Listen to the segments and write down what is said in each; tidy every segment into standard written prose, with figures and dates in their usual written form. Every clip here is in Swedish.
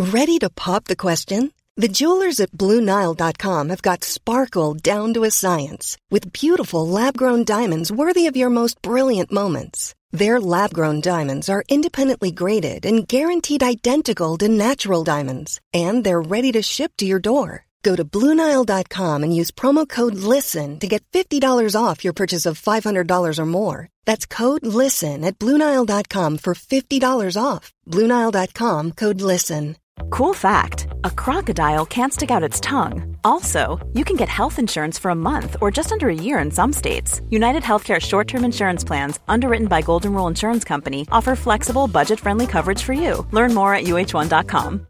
Ready to pop the question? The jewelers at BlueNile.com have got sparkle down to a science with beautiful lab-grown diamonds worthy of your most brilliant moments. Their lab-grown diamonds are independently graded and guaranteed identical to natural diamonds, and they're ready to ship to your door. Go to BlueNile.com and use promo code LISTEN to get $50 off your purchase of $500 or more. That's code LISTEN at BlueNile.com for $50 off. BlueNile.com, code LISTEN. Cool fact, a crocodile can't stick out its tongue. Also, you can get health insurance for a month or just under a year in some states. United Healthcare short-term insurance plans, underwritten by Golden Rule Insurance Company, offer flexible, budget-friendly coverage for you. Learn more at uh1.com.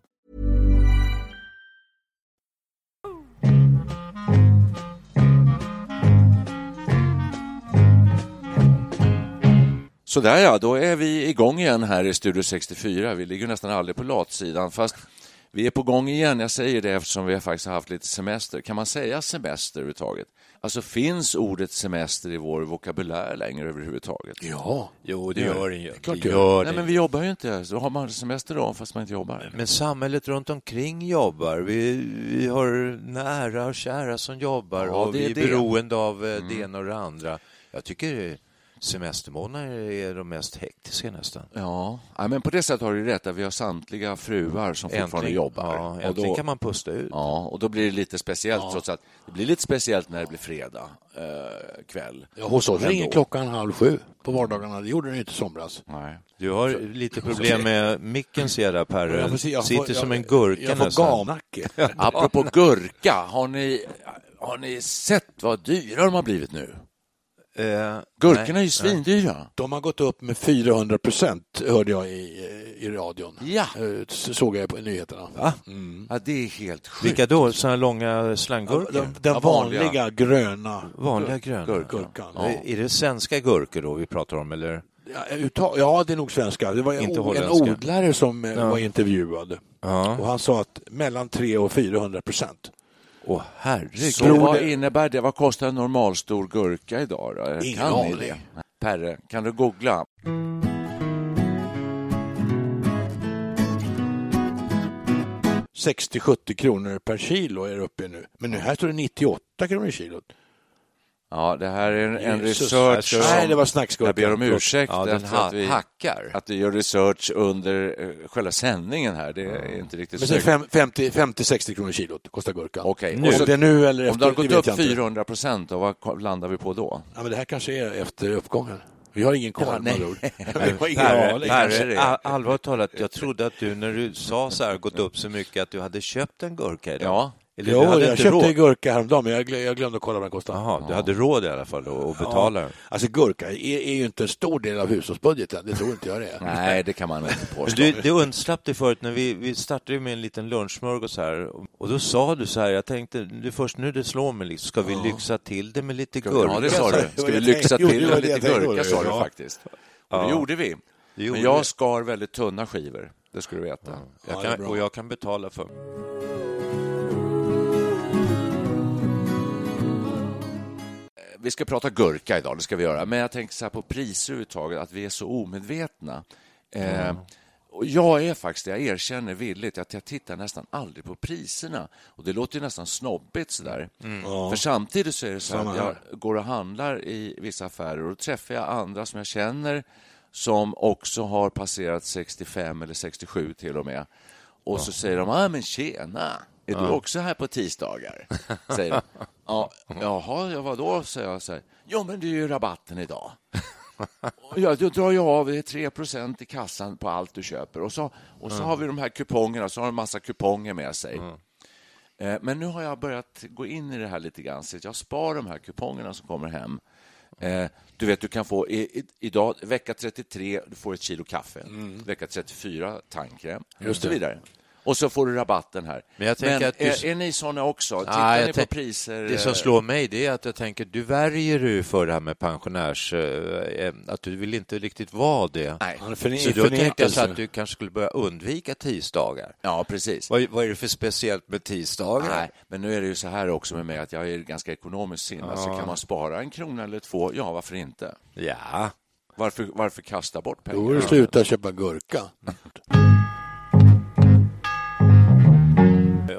Så där ja, då är vi igång igen här i Studio 64. Vi ligger nästan aldrig på latsidan, fast vi är på gång igen. Jag säger det eftersom vi har faktiskt haft lite semester. Kan man säga semester överhuvudtaget? Alltså finns ordet semester i vår vokabulär längre överhuvudtaget? Ja. Jo, det gör den ju. Nej, men vi jobbar ju inte. Så har man semester då fast man inte jobbar. Men samhället runt omkring jobbar. Vi har nära och kära som jobbar, ja, och vi är beroende av det ena och det andra. Jag tycker semestermånader är de mest hektiska nästan. Ja, men på det sättet har du rätt att vi har samtliga fruar som fortfarande jobbar. Ja, äntligen då kan man pusta ut. Ja, och då blir det lite speciellt trots att det blir lite speciellt när det blir fredag kväll. Ja, hos oss ringer klockan 6:30 på vardagarna. Det gjorde den inte somras. Nej. Du har lite problem med micken, ser jag, Per. Jag sitter som en gurka jag nästan. Apropå gurka, har ni sett vad dyra de har blivit nu? Gurkorna är ju svindyra. De har gått upp med 400%, hörde jag i radion. Ja. Såg jag på nyheterna. Va? Mm. Ja, det är helt sjukt. Vilka då? Sådana långa slanggurkor? Den vanliga gröna. Vanliga gröna gurkan. Ja. Är det svenska gurkor då vi pratar om, eller? Ja, det är nog svenska. Det var en odlare som var intervjuad. Ja. Och han sa att mellan 300% och 400%. Herregud. Så vad innebär det? Vad kostar en normalstor gurka idag då? Ingen aning. Perre, kan du googla? $60-70 kronor per kilo är det uppe nu. Men nu här står det 98 kronor i kilot. Ja, det här är en research. Nej, det var snacksgurka. Jag ber om ursäkt hackar. Att vi gör research under själva sändningen här. Det är inte riktigt så. Men 50-60 kronor kilot kostar gurkan. Okej. Nu, om det nu eller efter, om det har gått upp 400%, och vad landar vi på då? Ja, men det här kanske är efter uppgången. Vi har ingen koll. Allvarligt talat, jag trodde att du, när du sa så här, gått upp så mycket, att du hade köpt en gurka idag. Ja. Jag köpte en gurka häromdagen, men jag glömde att kolla vad den kostade. Jaha, du hade råd i alla fall då att betala. Alltså gurka är ju inte en stor del av hushållsbudgeten, det tror inte jag det är. Nej, det kan man inte påstå. Du undslapp dig förut när vi startade med en liten lunchsmörgås här, och då sa du så här, jag tänkte, det först nu det slår mig liksom, ska vi lyxa till det med lite gurka? Ja, det sa du. Ska vi lyxa till det med lite gurka, sa du faktiskt. Och det gjorde vi. Men jag skar väldigt tunna skivor, det skulle du veta. Jag kan betala för. Vi ska prata gurka idag, det ska vi göra. Men jag tänker så här på priser överhuvudtaget, att vi är så omedvetna. Och jag är faktiskt, jag erkänner villigt att jag tittar nästan aldrig på priserna. Och det låter ju nästan snobbigt sådär. För samtidigt så är det så att jag går och handlar i vissa affärer och då träffar jag andra som jag känner som också har passerat 65 eller 67 till och med. Och så säger de, men tjena, är du också här på tisdagar? Säger de. Jaha, vadå? Säger jag så här. Jo, men det är ju rabatten idag. Då drar jag av 3% i kassan på allt du köper. Och så har vi de här kupongerna, så har de en massa kuponger med sig. Men nu har jag börjat gå in i det här lite grann. Så jag sparar de här kupongerna som kommer hem. Du vet, du kan få idag, vecka 33, du får 1 kilo kaffe. Vecka 34, tandkräm och så vidare. Och så får du rabatten här. Men jag tänker att är ni såna också? Tittar ni på priser? Det som slår mig, det är att jag tänker, du värjer du för det här med pensionärs, att du vill inte riktigt vara det. Nej. Så då tänkte jag så att du kanske skulle börja undvika tisdagar. Ja, precis. Vad är det för speciellt med tisdagar? Nej, men nu är det ju så här också med mig att jag är ganska ekonomiskt sinnad. Så kan man spara 1 krona eller 2, ja, varför inte? Ja. Varför kasta bort pengar? Då är det sluta köpa gurka.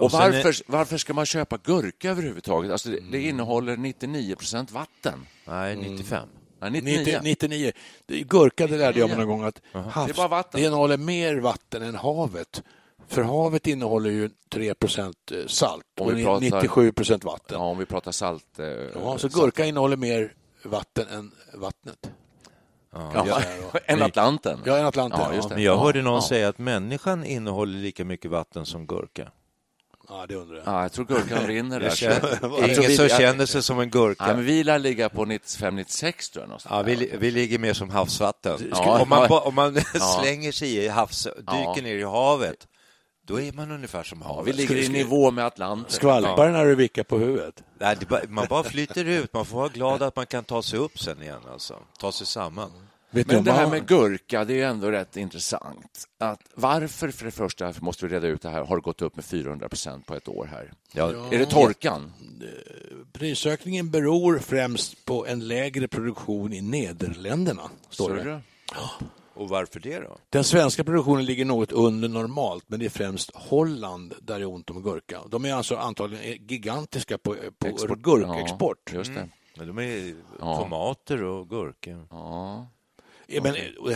Och varför ska man köpa gurka överhuvudtaget? Alltså det innehåller 99% vatten. Nej, 95. 99. Gurka, det lärde jag mig någon gång att det innehåller mer vatten än havet. För havet innehåller ju 3% salt och 97% vatten. Ja, om vi pratar salt. Så gurka innehåller mer vatten än vattnet. En Atlanten. Ja, en Atlanten. Ja, just det. Men jag hörde någon säga att människan innehåller lika mycket vatten som gurka. Ja, det undrar jag. Ja, jag tror gurkan rinner där. Ingen som känner sig som en gurka. Ja, men vi lär ligga på 95-96 tror jag. Ja, vi ligger mer som havsvatten. Ja. Om man slänger sig i dyker ner i havet, då är man ungefär som havet. Vi ligger i nivå med Atlanten. Skvalpar när du vickar på huvudet. Nej, man bara flyter ut. Man får vara glad att man kan ta sig upp sen igen. Alltså. Ta sig samman. Men det här med gurka, det är ändå rätt intressant. Varför, för det första, måste vi reda ut det här, har det gått upp med 400% på ett år här? Är det torkan? Prisökningen beror främst på en lägre produktion i Nederländerna, står det. Ja. Och varför det då? Den svenska produktionen ligger något under normalt, men det är främst Holland där det är ont om gurka. De är alltså antagligen gigantiska på gurkexport. Ja, just det. Men de är tomater och gurka. Ja. Men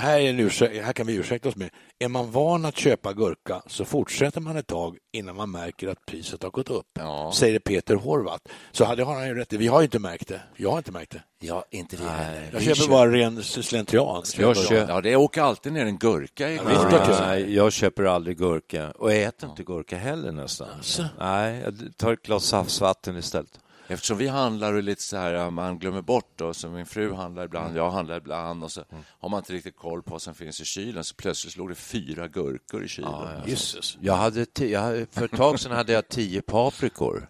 här kan vi ursäkta oss med. Är man van att köpa gurka så fortsätter man ett tag innan man märker att priset har gått upp. Ja. Säger Peter Horvath. Så har han ju rätt. Vi har ju inte märkt det. Jag har inte märkt det. Ja, inte vi heller. Jag köper bara ren slentrian. Det åker alltid ner en gurka i Nej, jag köper aldrig gurka. Och jag äter inte gurka heller nästan. Alltså. Nej, jag tar ett glas havsvatten istället. Eftersom vi handlar och lite så här, man glömmer bort då, så min fru handlar ibland, jag handlar ibland och så har man inte riktigt koll på vad som finns i kylen, så plötsligt låg det 4 gurkor i kylen. Jesus. För ett tag sedan hade jag 10 paprikor.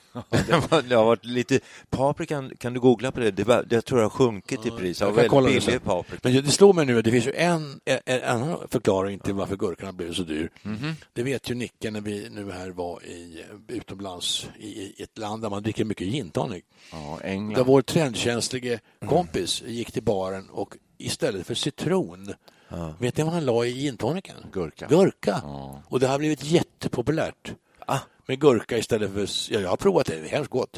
Det har varit lite paprikan, kan du googla på det? Jag tror det har sjunkit i pris. Jag kan billig paprika. Men det slår mig nu att det finns ju en förklaring till varför gurkorna blev så dyr. Det vet ju Nicke när vi nu här var utomlands i ett land där man dricker mycket gin tonic. England. Där vår trendkänslige kompis gick till baren och istället för citron, vet ni vad han la i gin tonicen? Gurka. Och det har blivit jättepopulärt. Med gurka istället för... jag har provat det, det är hemskt gott.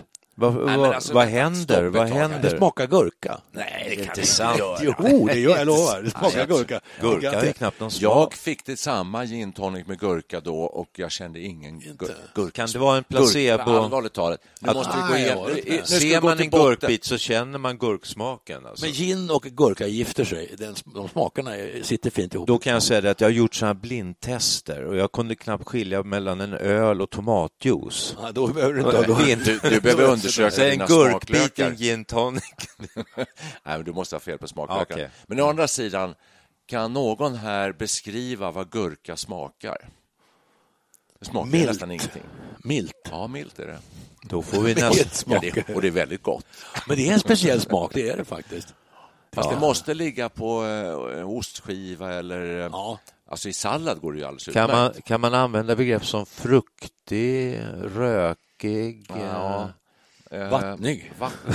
Vad händer? Det smakar gurka. Nej, det kan inte sant. Jo, det gör jag lovar. Det smakar gurka. Gurka är knappt någon smak. Jag fick det samma gin tonic med gurka då och jag kände ingen gurka. Kan det vara en placebo? Allvarligt talet. Ser man en gurkbit så känner man gurksmaken. Alltså. Men gin och gurka gifter sig. De smakerna sitter fint ihop. Då kan jag säga att jag har gjort sådana blindtester och jag kunde knappt skilja mellan en öl och tomatjuice. Ja, då behöver du inte... Du behöver undersöka dina smaklökar. En gin tonic. Nej, men du måste ha fel på smaklökar. Okay. Men å andra sidan, kan någon här beskriva vad gurka smakar? Det smakar nästan ingenting. Milt. Ja, milt är det. Då får vi nästan och det är väldigt gott. Men det är en speciell smak, det är det faktiskt. Fast det måste ligga på ostskiva eller... Alltså i sallad går det ju alldeles utmärkt. Kan man använda begrepp som fruktig, rökig... Vattnig.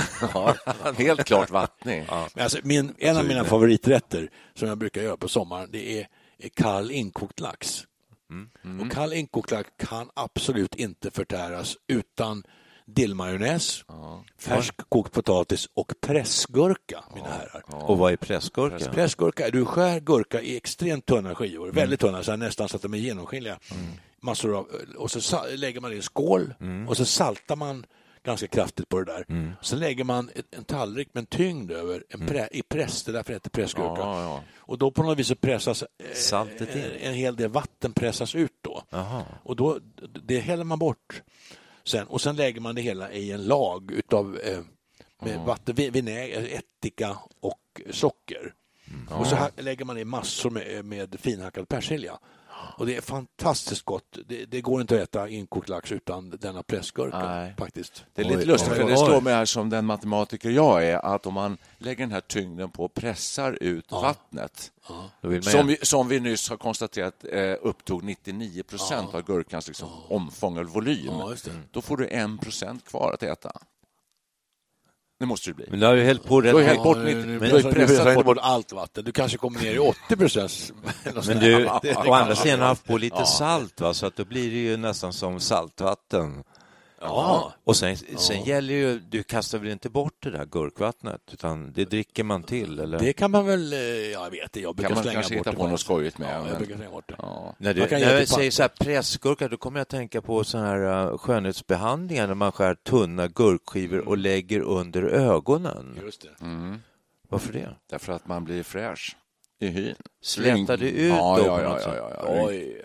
Helt klart vattnig. Men alltså, en av mina favoriträtter som jag brukar göra på sommaren, det är kall inkokt lax. Och kall inkokt lax kan absolut inte förtäras utan dillmajonnäs, färsk kokt potatis och pressgurka, mina herrar. Och vad är pressgurka? Pressgurka, du skär gurka i extremt tunna skivor, väldigt tunna, så nästan så att de är genomskinliga. Massor av, och så lägger man i en skål och så saltar man ganska kraftigt på det där. Så lägger man en tallrik med en tyngd över i press, det därför heter pressgurka. Och då på något vis så pressas saltet in. En hel del vatten pressas ut då. Och då det häller man bort. Sen lägger man det hela i en lag utav med vatten, vinäger, ättika och socker. Och så lägger man i massor med finhackad persilja. Och det är fantastiskt gott. Det går inte att äta inkokt lax utan denna pressgurka faktiskt. Det är lite lustigt, för det slår mig här som den matematiker jag är, att om man lägger den här tyngden på och pressar ut vattnet, som vi nyss har konstaterat upptog 99% av gurkans liksom omfång eller volym, då får du 1% kvar att äta. Det måste det bli. Men du har ju hällt på rätt. Du har hällt bort Du pressar inte bort allt vatten. Du kanske kommer ner i 80%. Men du, å andra sidan har haft på lite salt, va? Så att då blir det ju nästan som saltvatten. Ja. Och sen gäller ju, du kastar väl inte bort det där gurkvattnet, utan det dricker man till, eller? Det kan man väl, jag vet det, jag brukar kan man slänga kanske bort hitta på något skojigt med. Ja, jag brukar slänga bort det. Ja. När jag säger så här pressgurka, då kommer jag att tänka på såna här skönhetsbehandlingar när man skär tunna gurkskivor och lägger under ögonen. Just det. Varför det? Därför att man blir fräsch i hyn. Slätar det ut då på något sätt? Oj.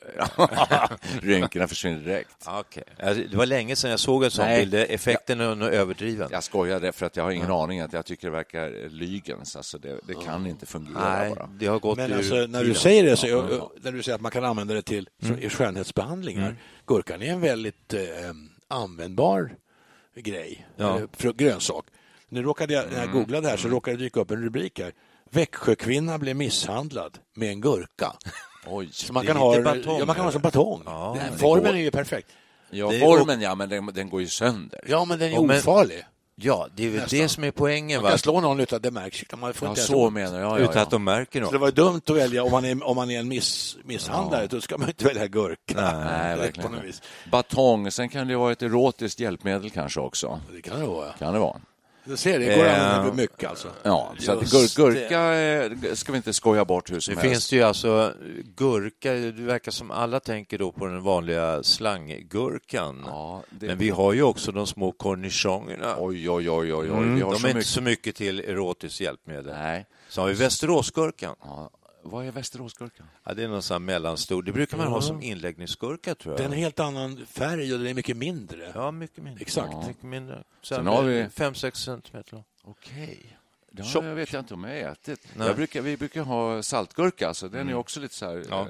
Rynkorna försvinner direkt. Okay. Det var länge sedan jag såg en sån bild. Effekten är nog överdriven. Jag skojar för att jag har ingen aning. Att jag tycker det verkar lygens. Alltså det kan inte fungera. Nej, bara. Det har gått. Men alltså, när du säger det, när du säger att man kan använda det till skönhetsbehandlingar. Gurkan är en väldigt användbar grej. Grönsak. Nu råkade jag, när jag googlade här så råkade det dyka upp en rubrik här. Växjökvinna blev misshandlad med en gurka. Oj, så man kan ha som batong. Ja, formen är ju perfekt. Ja, formen men den går ju sönder. Ja, men den är ofarlig. Ja, det är väl det som är poängen. Man kan slå någon utan att det märks. Man får inte så menar jag. Utan att de märker något. Så det var dumt att välja, om man är en misshandlare, då ska man inte välja gurka. Nej, verkligen. På något vis. Batong, sen kan det vara ett erotiskt hjälpmedel kanske också. Det kan det vara. Kan det vara. Du ser, det går att använda mycket alltså. Ja, så att gurka ska vi inte skoja bort hur som helst. Det finns ju alltså gurka, det verkar som alla tänker då på den vanliga slanggurkan. Ja, men vi har ju också de små cornichongerna. Oj. Vi har de är inte så mycket till erotiskt hjälpmedel. Nej. Så har vi Västeråsgurkan. Ja. Vad är Västeråsgurkan? Ja, det är någon sån mellanstor. Det brukar man ha som inläggningsgurka, tror jag. Det är en helt annan färg och den är mycket mindre. Ja, mycket mindre. Exakt. Ja. Mycket mindre. Sen har vi 5-6 centimeter. Okej. Jag vet inte om jag har ätit. Vi brukar ha saltgurka, så den är också lite så här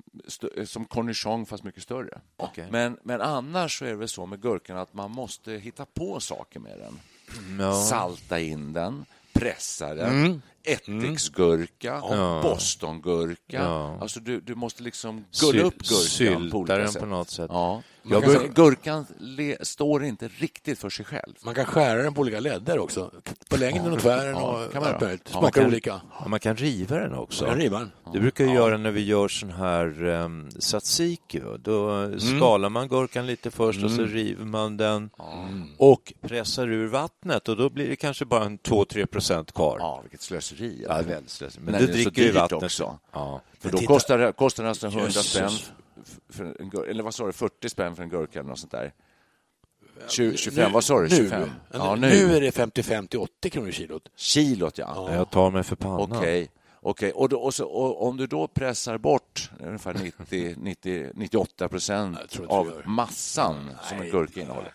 som cornichon fast mycket större. Okay. Men annars så är det väl så med gurkan att man måste hitta på saker med den. Salta in den, pressa den. Ättiksgurka, bostongurka. Alltså du måste liksom gulla upp gurkan på olika sätt. På något sätt. Ja. Gurkan står inte riktigt för sig själv. Man kan skära den på olika ledder också. På längden och tvären och allt möjligt. Smakar olika. Man kan riva den också. Man kan riva den. Det brukar jag göra när vi gör sån här tzatziki. Då skalar man gurkan lite först och så river man den och pressar ur vattnet. Och då blir det kanske bara 2-3% kvar. Ja, vilket slöseri. Ja, väldigt slöseri. Men du dricker ju vattnet också. Ja. För då kostar det alltså 100 spänn. Eller vad sa du, 40 spänn för en gurka eller något sånt där. 25, vad sa du? 25? Nu är det 55-80 kronor kilot. Kilot, ja. Jag tar mig för pannan. Okej. Och om du då pressar bort ungefär 98% av massan som en gurka innehåller,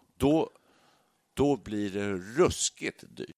då blir det ruskigt dyrt.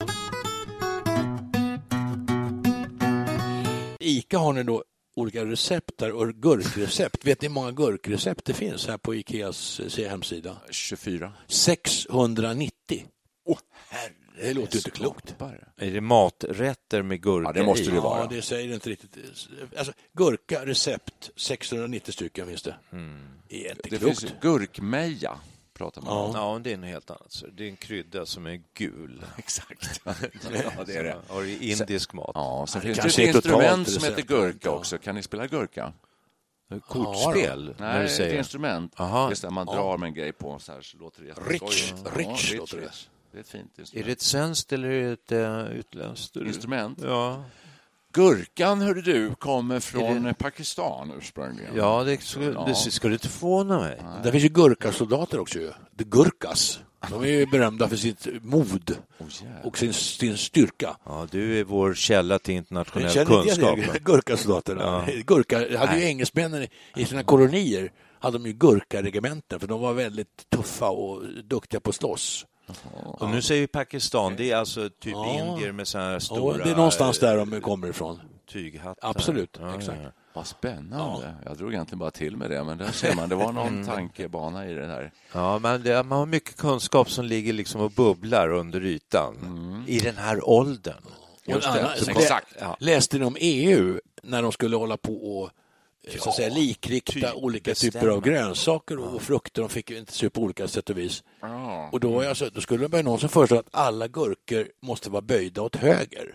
ICA har nu då olika recept där och gurkrecept. Vet ni hur många gurkrecept det finns här på Ikeas hemsida? 24. 690. Herre, det låter inte klokt. Är det maträtter med gurka? Ja, det måste det vara. Ja, det säger inte riktigt. Alltså, gurka, recept, 690 stycken finns det. Det är inte det klokt. Finns gurkmeja. Ja, det är något helt annat. Så det är en krydda som är gul. Exakt. Ja, det är det. Och det är indisk mat. Ja, sen finns det ett instrument som heter gurka också. Kan ni spela gurka? Kortspel? Nej, det är ett instrument. Det är man drar med en grej på så här så låter det jätteskojigt. Rich låter det. Det är ett fint instrument. Är det ett svenskt eller är det ett utländskt instrument? Ja. Gurkan, hörde du, kommer från Pakistan ursprungligen. Ja, det skulle inte förvåna mig. Det finns ju gurkasoldater också. The Gurkas. De är ju berömda för sitt mod och sin styrka. Ja, du är vår källa till internationell kunskap. Gurkasoldaterna. Ja. Gurka hade ju engelsmännen i sina kolonier hade de ju gurkaregementen för de var väldigt tuffa och duktiga på att slåss. Och nu säger vi Pakistan, det är alltså typ indier med så här stora... det är någonstans där de kommer ifrån. Tyghattar. Absolut, exakt. Ja. Vad spännande. Jag drog egentligen bara till med det, men där ser man, det var någon tankebana i det här. Ja, men man har mycket kunskap som ligger liksom och bubblar under ytan i den här åldern. Läste ni om EU när de skulle hålla på och så att säga, likrikta olika typer av grönsaker och frukter. De fick ju inte se ut på olika sätt och vis. Och då skulle det börja någon som föreslå att alla gurkor måste vara böjda åt höger.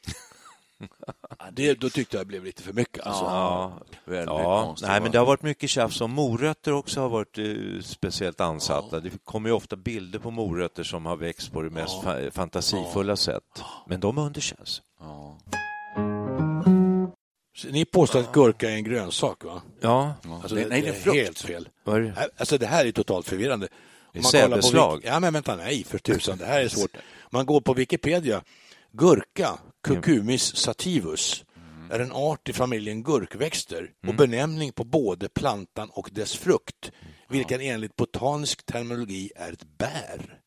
Då tyckte jag blev lite för mycket. Alltså. Nej, men det har varit mycket tjafs om morötter också har varit speciellt ansatta. Det kommer ju ofta bilder på morötter som har växt på det mest fantasifulla sätt. Men de underkänns. Ni påstår att gurka är en grönsak, va? Ja. Alltså, det är helt fel. Alltså, det här är totalt förvirrande. Det är sädeslag. Ja, men vänta, nej, för tusan. Det här är svårt. Man går på Wikipedia. Gurka, Cucumis sativus, är en art i familjen gurkväxter och benämning på både plantan och dess frukt, vilken enligt botanisk terminologi är ett bär.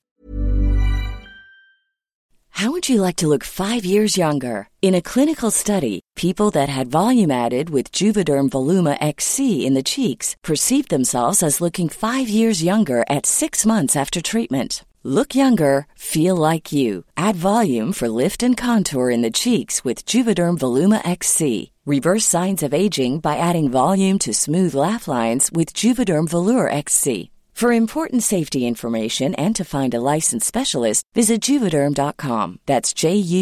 How would you like to look 5 years younger? In a clinical study, people that had volume added with Juvederm Voluma XC in the cheeks perceived themselves as looking 5 years younger at 6 months after treatment. Look younger, feel like you. Add volume for lift and contour in the cheeks with Juvederm Voluma XC. Reverse signs of aging by adding volume to smooth laugh lines with Juvederm Volure XC. For important safety information and to find a licensed specialist, visit Juvederm.com. That's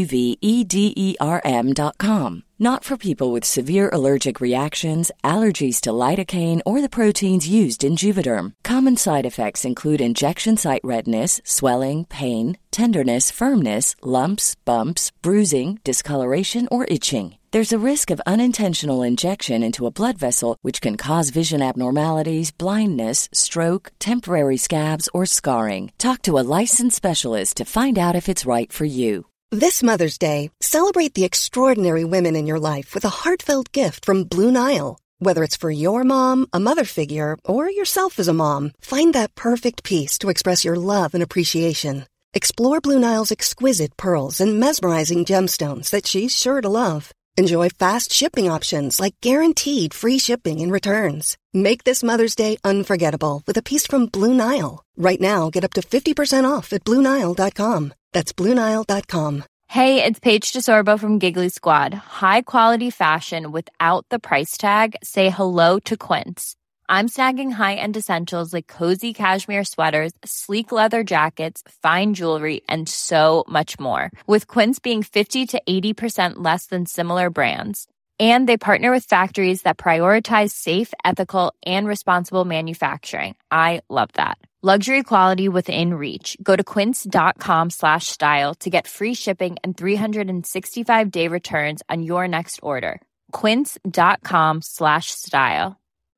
JUVEDERM.com. Not for people with severe allergic reactions, allergies to lidocaine, or the proteins used in Juvederm. Common side effects include injection site redness, swelling, pain, tenderness, firmness, lumps, bumps, bruising, discoloration, or itching. There's a risk of unintentional injection into a blood vessel, which can cause vision abnormalities, blindness, stroke, temporary scabs, or scarring. Talk to a licensed specialist to find out if it's right for you. This Mother's Day, celebrate the extraordinary women in your life with a heartfelt gift from Blue Nile. Whether it's for your mom, a mother figure, or yourself as a mom, find that perfect piece to express your love and appreciation. Explore Blue Nile's exquisite pearls and mesmerizing gemstones that she's sure to love. Enjoy fast shipping options like guaranteed free shipping and returns. Make this Mother's Day unforgettable with a piece from Blue Nile. Right now, get up to 50% off at BlueNile.com. That's BlueNile.com. Hey, it's Paige DeSorbo from Giggly Squad. High quality fashion without the price tag. Say hello to Quince. I'm snagging high-end essentials like cozy cashmere sweaters, sleek leather jackets, fine jewelry, and so much more. With Quince being 50 to 80% less than similar brands. And they partner with factories that prioritize safe, ethical, and responsible manufacturing. I love that. Luxury quality within reach. Go to quince.com/style to get free shipping and 365-day returns on your next order. Quince.com/style.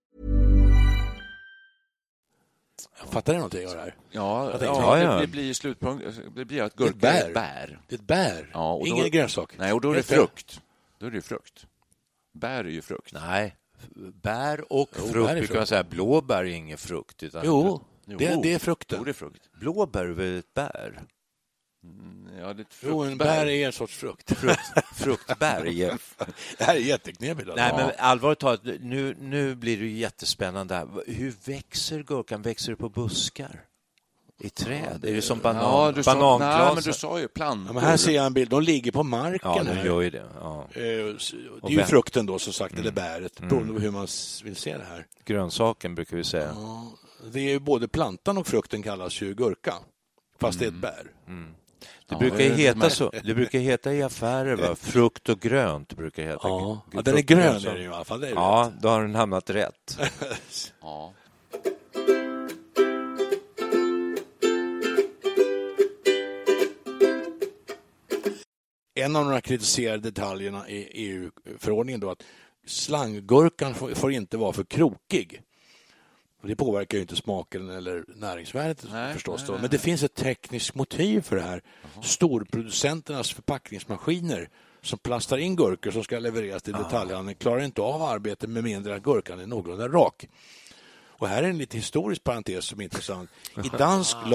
Fattar du någonting av det här? Ja, det blir slutpunkt. Det blir att gurka är ett bär. Det är ett bär. Ja, och ingen grönsak. Nej, och då är det frukt. Då är det frukt. Bär är ju frukt. Nej, bär och frukt. Vi kan säga blåbär är ingen frukt. Utan det är frukten. Jo, det är frukt. Blåbär är väl ett bär? Ja, det är ett en bär är en sorts frukt. Fruktbär. Det här är jätteknepigt. Nej, men allvarligt talat, nu blir det jättespännande. Hur växer gurkan? Växer det på buskar? I träd? Är det som bananklasar? Nej, men du sa ju plantor. Ja, men här ser jag en bild. De ligger på marken. Ja, de gör ju det. Ja. Det är ju frukten då, som sagt, eller bäret. Beroende på hur man vill se det här. Grönsaken brukar vi säga. Ja, det är ju både plantan och frukten kallas ju gurka. Fast det är ett bär. Det brukar heta i affärer, va? Frukt och grönt brukar heta. Ja, den är grön är det i alla fall. Ja, då har den hamnat rätt. Ja. En av de kritiserade detaljerna i EU-förordningen då att slanggurkan får inte vara för krokig. Och det påverkar ju inte smaken eller näringsvärdet förstås. Nej. Men det finns ett tekniskt motiv för det här. Storproducenternas förpackningsmaskiner som plastar in gurkor som ska levereras till detaljhandeln klarar inte av arbetet med mindre att gurkan är någorlunda rak. Och här är en lite historisk parentes som är intressant.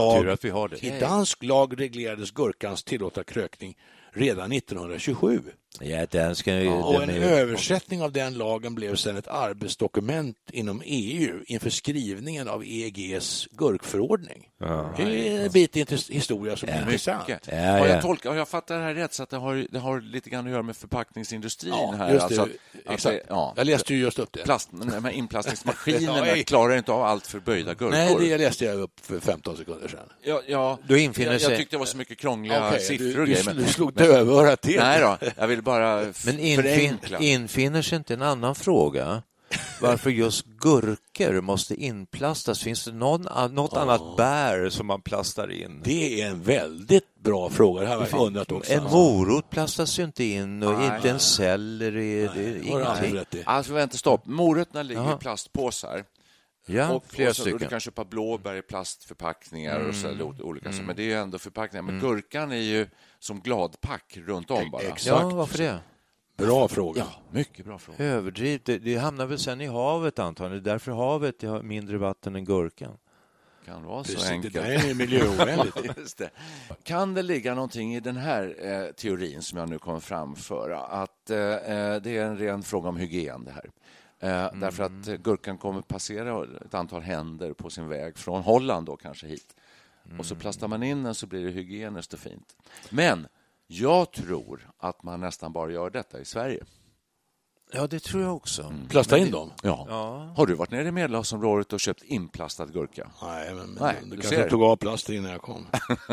I dansk lag reglerades gurkans tillåtna krökning redan 1927. Ja, den ska och en översättning av den lagen blev sedan ett arbetsdokument inom EU inför skrivningen av EGs gurkförordning. Det är en bit historia som är intressant. Har jag fattat det här rätt så att det har lite grann att göra med förpackningsindustrin här? Just det. Exakt. Jag läste ju just upp det. De här inplastningsmaskinerna klarar inte av allt för böjda gurkor. Nej, det läste jag upp för 15 sekunder sedan. Då infinner sig... Jag tyckte det var så mycket krångliga siffror och grejer. Du slog dövörat till. Nej då, jag vill bara förenkla. Infinner sig inte en annan fråga? Varför just gurkor måste inplastas? Finns det något annat bär som man plastar in? Det är en väldigt bra fråga. Det här har jag undrat också. En morot plastas ju inte in och inte en selleri. Det är ingenting. Alltså vänta, stopp. Morötterna ligger i plastpåsar. Ja, och flera stycken. Och du kan köpa blåbär i plastförpackningar och så olika. Men det är ju ändå förpackningar. Men gurkan är ju som gladpack runt om bara. Exakt. Ja, varför det? Bra fråga. Ja, mycket bra fråga. Överdrivet. Det hamnar väl sen i havet antagligen. Därför havet har mindre vatten än gurkan. Kan vara så enkelt. Det är miljöovänligt. Just det. Kan det ligga någonting i den här teorin som jag nu kommer framföra? Att det är en ren fråga om hygien det här. Därför att gurkan kommer passera ett antal händer på sin väg från Holland då kanske hit. Och så plastar man in den så blir det hygieniskt och fint. Men jag tror att man nästan bara gör detta i Sverige. Ja, det tror jag också. Plasta in dem? Ja. Har du varit nere i Medelhavsområdet och köpt inplastad gurka? Nej, men du kanske tog av plasten innan jag kom.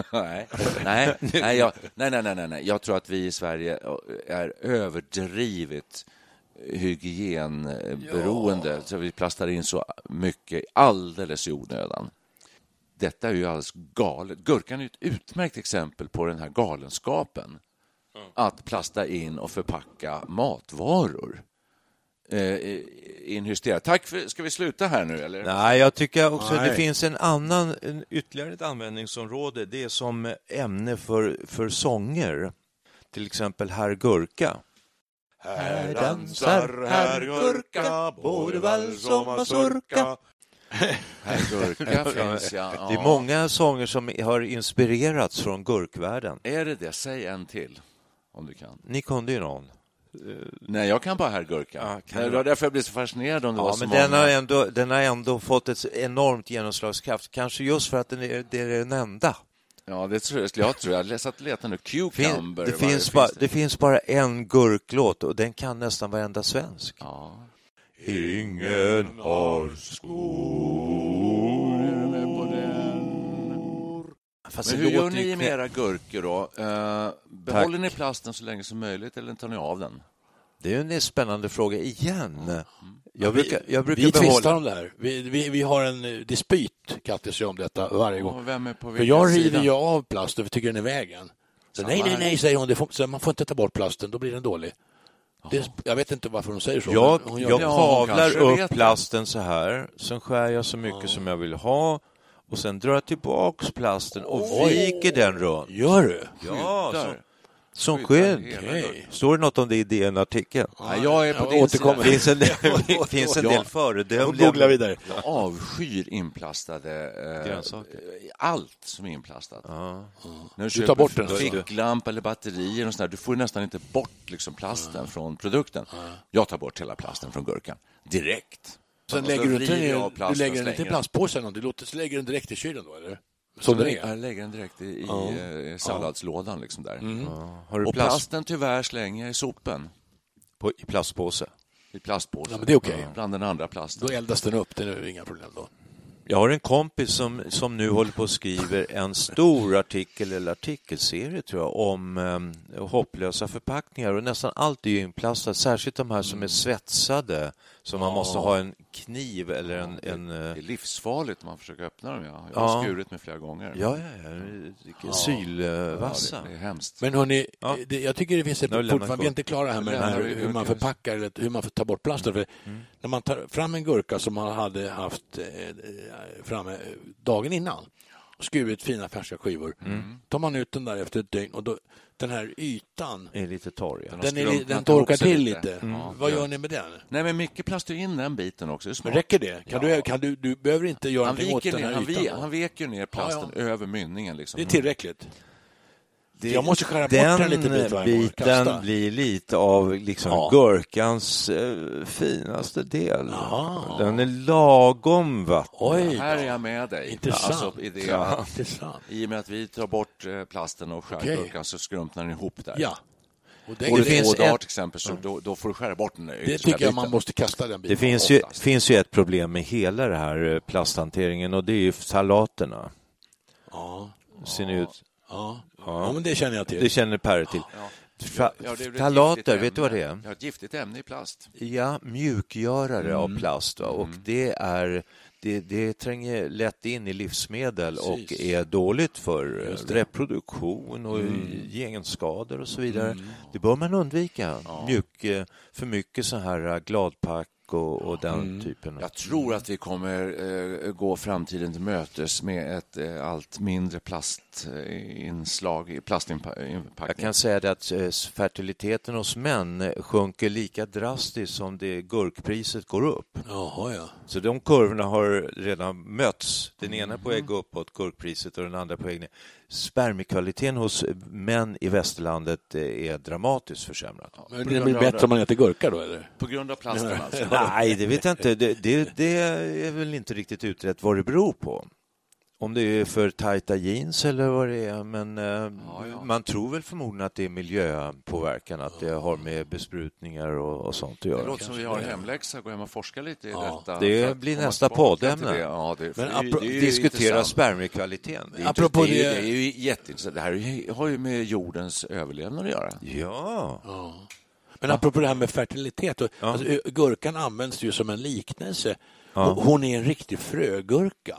Nej. Jag tror att vi i Sverige är överdrivet hygienberoende. Så vi plastar in så mycket alldeles i onödan. Detta är ju alldeles galet. Gurkan är ett utmärkt exempel på den här galenskapen. Att plasta in och förpacka matvaror. Tack för, ska vi sluta här nu eller? Nej, jag tycker också att det finns ytterligare ett användningsområde. Det är som ämne för sånger. Till exempel Herr Gurka. Här dansar herr Gurka, både vals och mazurka. Herr Gurka finns, ja. Det är många sånger som har inspirerats från gurkvärlden. Är det? Säg en till, om du kan. Ni kunde ju någon. Nej, jag kan bara Herr Gurka. Det var därför jag blev så fascinerad om det var så men många. Den har ändå fått ett enormt genomslagskraft. Kanske just för att det är den enda. Ja, det tror jag. Jag satt och letade nu. Cucumber. Det finns bara en gurklåt och den kan nästan varenda svensk. Ja. Ingen har skor. Men hur gör ni med era gurkor då? Behåller ni plasten så länge som möjligt eller tar ni av den? Det är en spännande fråga igen. Vi tvistar om det här. Vi har en dispyt, Kattis, om detta varje gång. Vem är på för jag river ju av plasten för tycker den är vägen. Så nej, säger hon. Man får inte ta bort plasten, då blir den dålig. Jag vet inte varför hon säger så. Jag kavlar upp plasten så här. Sen skär jag så mycket som jag vill ha. Och sen drar jag tillbaks plasten och viker den runt. Gör du? Ja, som skydd. Okay. Står det något om det i DN-artikeln? Ja, jag är på din sida. Det finns en del föredömliga. Googla vidare. Jag avskyr inplastade grönsaker. Allt som är inplastat. När du tar bort en ficklamp eller batterier och sådär, du får nästan inte bort liksom plasten från produkten. Jag tar bort hela plasten från gurkan direkt. Sen lägger du lägger den inte i plastpåsen, så lägger den direkt i kylen då, eller? Så jag lägger den direkt i salladslådan liksom där. Har du plasten tyvärr slänger i sopen. I plastpåse? I plastpåse. Ja, men det är okej. Bland den andra plasten. Då eldas den upp, det är inga problem då. Jag har en kompis som nu håller på och skriver en stor artikelserie tror jag om hopplösa förpackningar och nästan allt är ju inplastat, särskilt de här som är svetsade som man måste ha en kniv eller en Det är livsfarligt om man försöker öppna dem. Jag har skurit mig flera gånger. Sylvassa. Det är hemskt. Men hörni, jag tycker det finns fortfarande, vi är inte klara här med den här, hur man förpackar eller hur man får ta bort plasten. För när man tar fram en gurka som man hade haft framme dagen innan och skurit fina färska skivor, tar man ut den där efter ett dygn och då, den här ytan är lite torr. Den torkar till lite. Vad gör ni med den? Nej, men mycket plastar in den biten också. Men räcker det? Kan du behöver inte göra någonting åt den här ytan? Han veker ner plasten över mynningen. Liksom. Det är tillräckligt. Jag måste skära bort den lite bit varje gång. Biten blir lite av liksom gurkans finaste del. Aha. Den är lagom vatten. Oj, här är jag med dig. Intressant. Alltså, i och med att vi tar bort plasten och skär gurkan så skrumpnar den ihop där. Ja. Och det finns till exempel, så då får du skära bort den. Det tycker jag man måste kasta den biten. Det finns ju ett problem med hela det här plasthanteringen, och det är ju salaterna. Ja. Ser ni ut? Ja, men det känner jag till. Det känner Per till. Salater, vet du vad det är? Ja, ett giftigt ämne i plast. Ja, mjukgörare av plast. Va? Och det tränger lätt in i livsmedel. Precis. Och är dåligt för reproduktion och genskador och så vidare. Det bör man undvika. För mycket så här gladpack och den typen. Jag tror att vi kommer gå framtiden till mötes med ett allt mindre plastinslag i plastinpackning. Jag kan säga det att fertiliteten hos män sjunker lika drastiskt som det gurkpriset går upp. Jaha, ja. Så de kurvorna har redan mötts. Den ena är på väg uppåt, gurkpriset, och den andra på väg ner. Spermiekvaliteten hos män i västerlandet är dramatiskt försämrad. Men det blir bättre om man äter gurka då, eller? På grund av plasten alltså? Nej, det vet jag inte. Det är väl inte riktigt utrett vad det beror på. Om det är för tajta jeans eller vad det är. Men man tror väl förmodligen att det är miljöpåverkan. Att det har med besprutningar och sånt att göra. Det låter som vi har en hemläxa. Gå hem och forska lite i detta. Det blir nästa poddämne. Diskutera spermiekvaliteten. Det är ju jätteintressant. Det här har ju med jordens överlevnad att göra. Ja. Men apropå det här med fertilitet. Alltså, gurkan används ju som en liknelse. Hon är en riktig frögurka.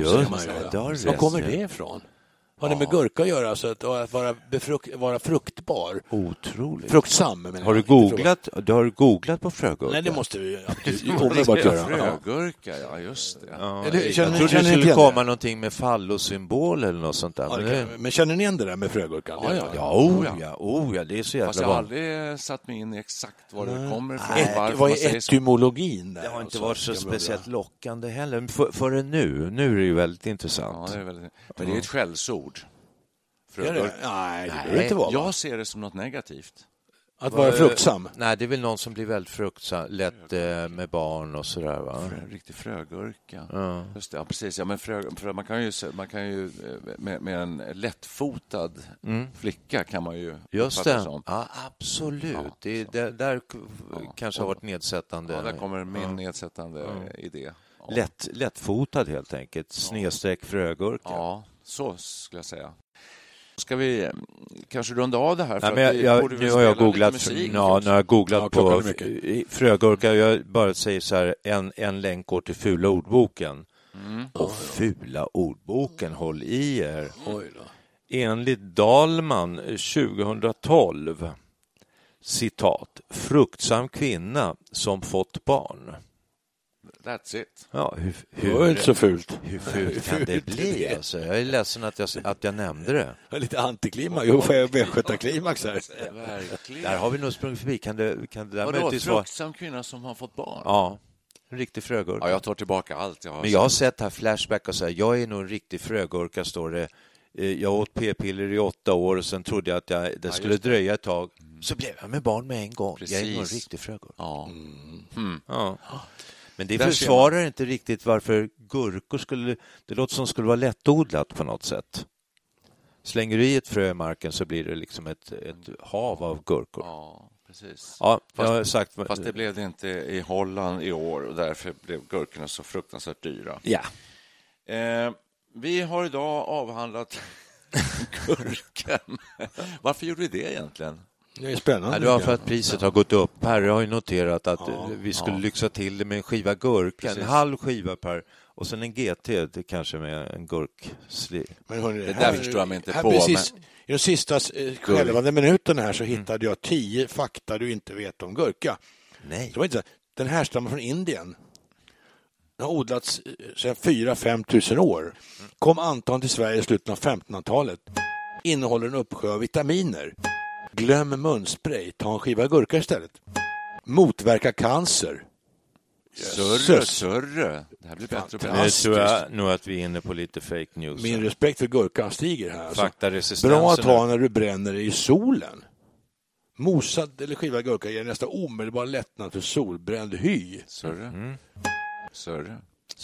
Var kommer det ifrån? Har det med gurka att göra, så att vara fruktbar? Otroligt. Fruktsam. Har du googlat på frögurka? Nej, det måste vi omedelbart göra. Frögurka, ja just det. Jag trodde det skulle komma någonting med fallosymbol eller något sånt där. Men känner ni igen det där med frögurkan? Ja, det är så jävla. Fast jag har aldrig satt mig in i exakt vad det kommer ifrån. Vad är etymologin där? Det har inte varit så speciellt lockande heller. För nu är det ju väldigt intressant. Ja, men det är ett skällsord. Nej, det behöver inte vara. Jag ser det som något negativt. Att vara fruktsam? Nej, det är väl någon som blir väldigt fruktsam, lätt med barn och sådär, va? Riktig frögurka. Just det, ja, precis. Ja, men man kan ju med en lättfotad flicka kan man ju. Just det. Ja, absolut. Ja, det där kanske har varit nedsättande. Ja, där kommer min nedsättande idé. Ja. Lättfotad helt enkelt. Snedstreck frögurka. Ja, så skulle jag säga. Ska vi kanske runda av det här? För nu har jag googlat på frögurka. Jag bara säger så här, en länk går till Fula ordboken. Och Fula ordboken, håll i er. Enligt Dahlman 2012, citat, fruktsam kvinna som fått barn. That's it. Ja, det var inte så fult. Hur fult kan det bli? Alltså, jag är ledsen att jag nämnde det. Lite antiklimax. Jo, får jag västgötaklimax här. Där har vi nog sprungit förbi. Kan det där möjligtvis vara fruktsam kvinna som har fått barn? Ja, en riktig frögurka. Ja, jag tar tillbaka allt. Men jag har sett här flashback och så här, jag är nog en riktig frögurka, står det. Jag åt p-piller i 8 år och sen trodde jag att det skulle dröja ett tag. Så blev jag med barn med en gång. Precis. Jag är nog en riktig frögurka. Ja. Ja. Men det försvarar inte riktigt varför gurkor det låter som skulle vara lättodlat på något sätt. Slänger du i ett frö i marken så blir det liksom ett hav av gurkor. Ja, precis. Ja, fast det blev det inte i Holland i år och därför blev gurkorna så fruktansvärt dyra. Ja. Vi har idag avhandlat gurkan. Varför gjorde vi det egentligen? Det är spännande. Det var för att priset har gått upp. Per har ju noterat att vi skulle lyxa till det med en skiva gurka. En halv skiva per. Och sen en GT, det kanske med en gurksliv. Men hörni, det där förstår jag mig inte på. Precis, i de sista skälvande minuterna här så hittade jag 10 fakta du inte vet om gurka. Nej. Det var inte så. Den här stammar från Indien. Den har odlats sedan 4-5 tusen år. Kom antagligen till Sverige i slutet av 1500-talet. Innehåller en uppsjö av vitaminer. Glöm munspray, ta en skiva gurka istället. Motverka cancer. Sörre. Det här blir bättre och bättre. Nu tror jag nog att vi är inne på lite fake news. Min respekt för gurkan stiger här. Faktaresistensen. Bra att ha när du bränner i solen. Mosad eller skivad gurka ger nästan omedelbar lättnad för solbränd hy. Sörre.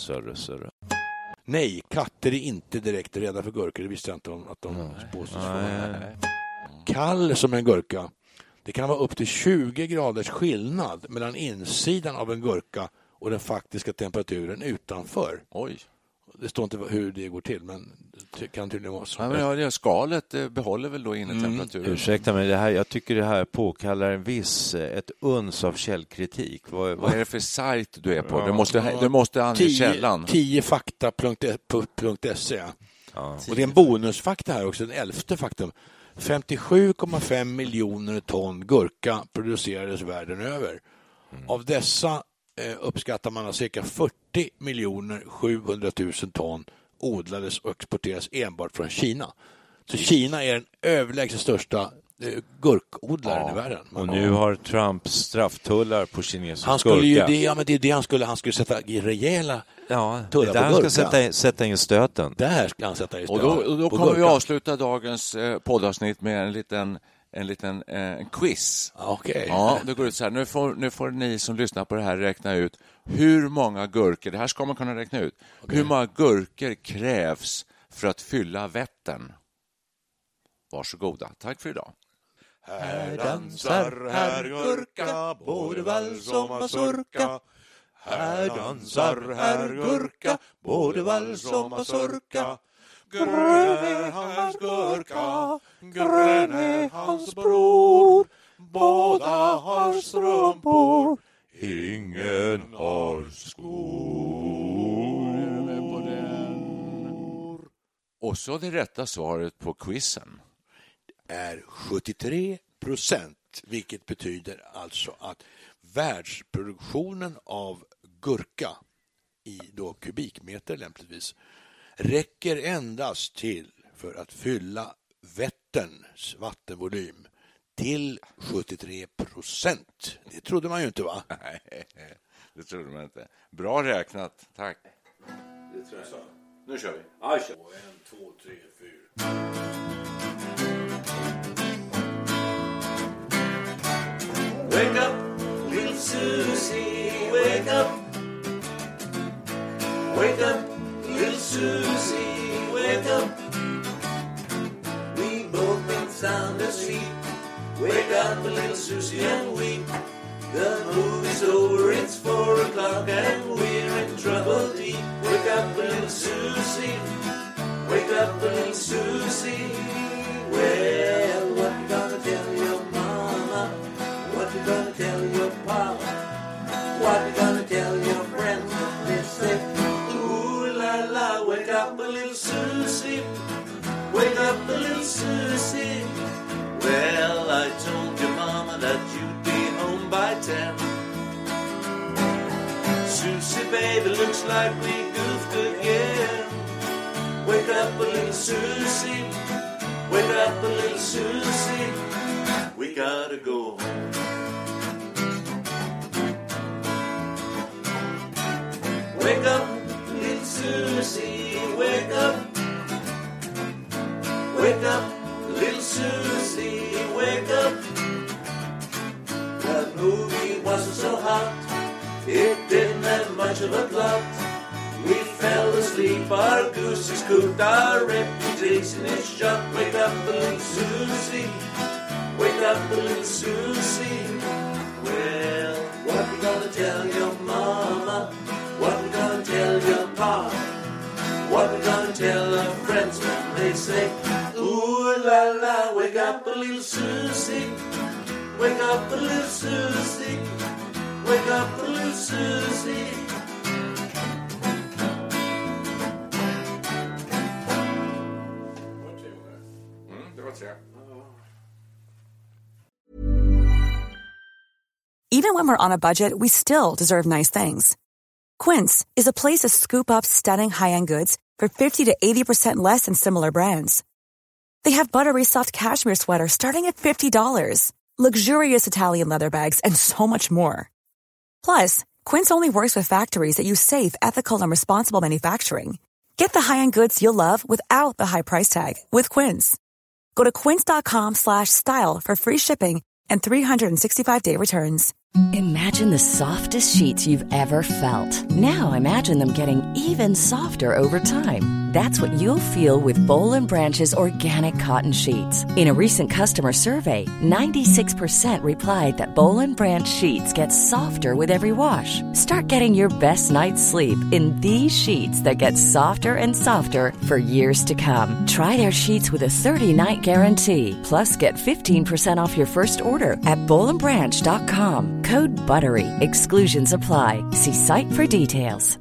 Nej, katter är inte direkt rädda för gurkor. Det visste jag inte om att de påstås vara. Kall som en gurka. Det kan vara upp till 20 graders skillnad mellan insidan av en gurka och den faktiska temperaturen utanför. Oj. Det står inte hur det går till, men det kan tydligen vara så. Ja, men skalet behåller väl då inne temperaturen. Ursäkta mig, jag tycker det här påkallar ett uns av källkritik. Vad är det för sajt du är på? Du måste ange källan. 10fakta.se. Och det är en bonusfakta här också, den 11:e faktum. 57,5 miljoner ton gurka producerades världen över. Av dessa uppskattar man att cirka 40 700 000 ton odlades och exporteras enbart från Kina. Så Kina är den överlägset största gurkodlaren i världen. Och nu har Trump strafftullar på kinesisk han skulle gurka. Det är det han skulle sätta i rejäla tullar på gurka. Han ska sätta in stöten. Där ska han sätta in stöten. Och då kommer vi avsluta dagens poddavsnitt med en liten quiz. Okay. Ja, det går ut så här. Nu får ni som lyssnar på det här räkna ut hur många gurkor, det här ska man kunna räkna ut, hur många gurkor krävs för att fylla Vättern. Varsågoda. Tack för idag. Här dansar herr gurka, både vals och mazurka. Här dansar herr gurka, både vals och mazurka. Grön är hans gurka, grön är hans bror. Båda har strumpor, ingen har skor. Och så det rätta svaret på quizen är 73%, vilket betyder alltså att världsproduktionen av gurka i då kubikmeter lämpligtvis räcker endast till för att fylla Vätterns vattenvolym till 73%. Det trodde man ju inte, va? Nej, det trodde man inte. Bra räknat, tack. Det tror jag. Nu kör vi. Ja, 1, 2, 3, 4. Wake up, little Susie, wake up. Wake up, little Susie, wake up. We both been sound asleep. Wake up, little Susie, and weep. The movie's over, it's 4 o'clock, and we're in trouble deep. Wake up, little Susie. Wake up, little Susie. Well, what you gonna tell your mama? What you gonna tell your papa? What you gonna tell your friends when they say, ooh la la, wake up a little Susie. Wake up a little Susie. Well, I told your mama that you'd be home by 10. Susie, baby, looks like we goofed again. Wake up a little Susie. Wake up a little Susie. We gotta go home. Wake up, little Susie, wake up. Wake up, little Susie, wake up. The movie wasn't so hot, it didn't have much of a plot. We fell asleep, our goose is cooked, our reputation is shot. Wake up, little Susie, wake up, little Susie. Well, what we gonna tell your mama? What we gonna tell your pa? What we gonna tell our friends when they say, ooh la la, wake up a little Susie. Wake up a little Susie. Wake up a little Susie. Det var 3. Even when we're on a budget, we still deserve nice things. Quince is a place to scoop up stunning high-end goods for 50 to 80% less than similar brands. They have buttery soft cashmere sweaters starting at $50, luxurious Italian leather bags, and so much more. Plus, Quince only works with factories that use safe, ethical, and responsible manufacturing. Get the high-end goods you'll love without the high price tag with Quince. Go to quince.com/style for free shipping and 365-day returns. Imagine the softest sheets you've ever felt. Now imagine them getting even softer over time. That's what you'll feel with Boll & Branch's organic cotton sheets. In a recent customer survey, 96% replied that Boll & Branch sheets get softer with every wash. Start getting your best night's sleep in these sheets that get softer and softer for years to come. Try their sheets with a 30-night guarantee. Plus, get 15% off your first order at bollandbranch.com. Code BUTTERY. Exclusions apply. See site for details.